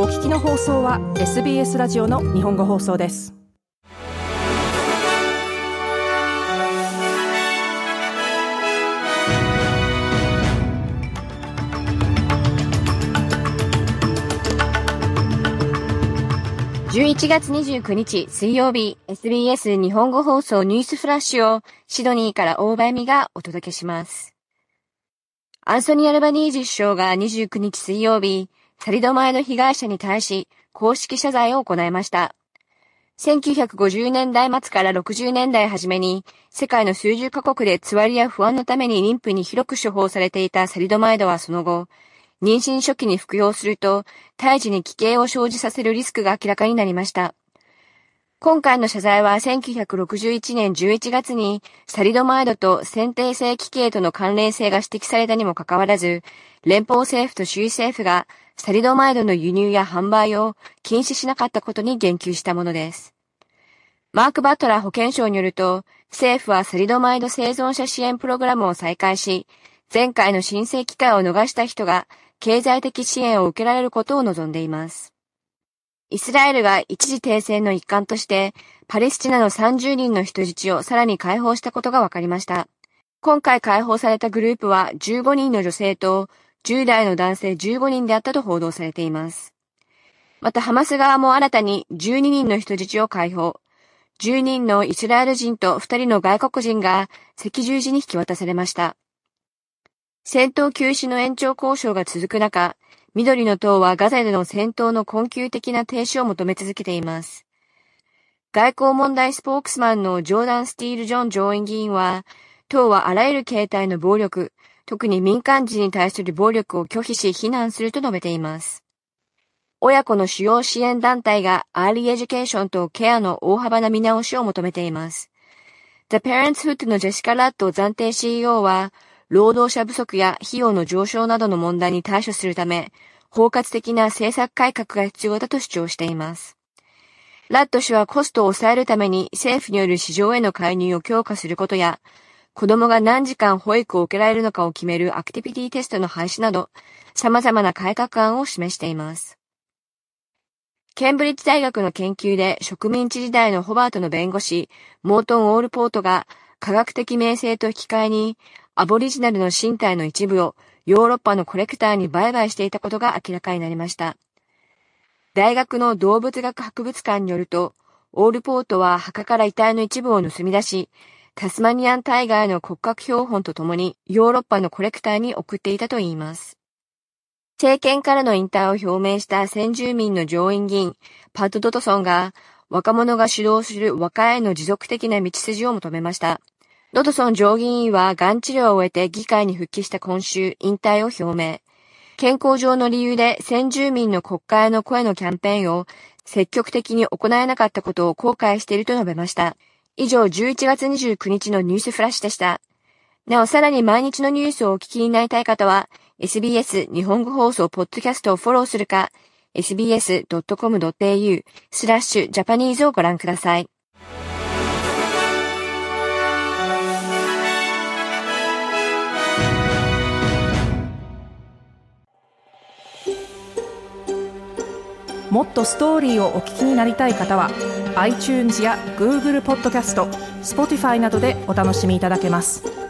聞きの放送は SBS ラジオの日本語放送です。 11月29日水曜日、 SBS 日本語放送ニュースフラッシュをシドニーから大場恵美がお届けします。アンソニー・アルバニージ首相が29日水曜日、サリド前の被害者に対し公式謝罪を行いました。1950年代末から60年代初めに世界の数十カ国でつわりや不安のために妊婦に広く処方されていたサリドマイドはその後、妊娠初期に服用すると胎児に奇形を生じさせるリスクが明らかになりました。今回の謝罪は1961年11月にサリドマイドと先天性奇形との関連性が指摘されたにもかかわらず、連邦政府と州政府がサリドマイドの輸入や販売を禁止しなかったことに言及したものです。マーク・バトラー保健相によると、政府はサリドマイド生存者支援プログラムを再開し、前回の申請機会を逃した人が経済的支援を受けられることを望んでいます。イスラエルが一時停戦の一環として、パレスチナの30人の人質をさらに解放したことが分かりました。今回解放されたグループは15人の女性と10代の男性15人であったと報道されています。またハマス側も新たに12人の人質を解放。10人のイスラエル人と2人の外国人が赤十字に引き渡されました。戦闘休止の延長交渉が続く中、緑の党はガザでの戦闘の困窮的な停止を求め続けています。外交問題スポークスマンのジョーダン・スティール・ジョン上院議員は、党はあらゆる形態の暴力、特に民間人に対する暴力を拒否し非難すると述べています。親子の主要支援団体がアーリーエデュケーションとケアの大幅な見直しを求めています。The Parents Hood のジェシカ・ラッド暫定 CEO は、労働者不足や費用の上昇などの問題に対処するため、包括的な政策改革が必要だと主張しています。ラッド氏はコストを抑えるために政府による市場への介入を強化することや、子供が何時間保育を受けられるのかを決めるアクティビティテストの廃止など、様々な改革案を示しています。ケンブリッジ大学の研究で植民地時代のホバートの弁護士、モートン・オールポートが科学的名声と引き換えに、アボリジナルの身体の一部をヨーロッパのコレクターに売買していたことが明らかになりました。大学の動物学博物館によると、オールポートは墓から遺体の一部を盗み出し、タスマニアンタイガーの骨格標本とともにヨーロッパのコレクターに送っていたといいます。政権からの引退を表明した先住民の上院議員、パット・ドトソンが、若者が主導する和解への持続的な道筋を求めました。ドトソン上議員はがん治療を終えて議会に復帰した今週引退を表明。健康上の理由で先住民の国会の声のキャンペーンを積極的に行えなかったことを後悔していると述べました。以上11月29日のニュースフラッシュでした。なおさらに毎日のニュースをお聞きになりたい方は SBS 日本語放送ポッドキャストをフォローするか sbs.com.au/Japanese をご覧ください。 もっとストーリーをお聞きになりたい方は iTunes や Google ポッドキャスト、Spotify などでお楽しみいただけます。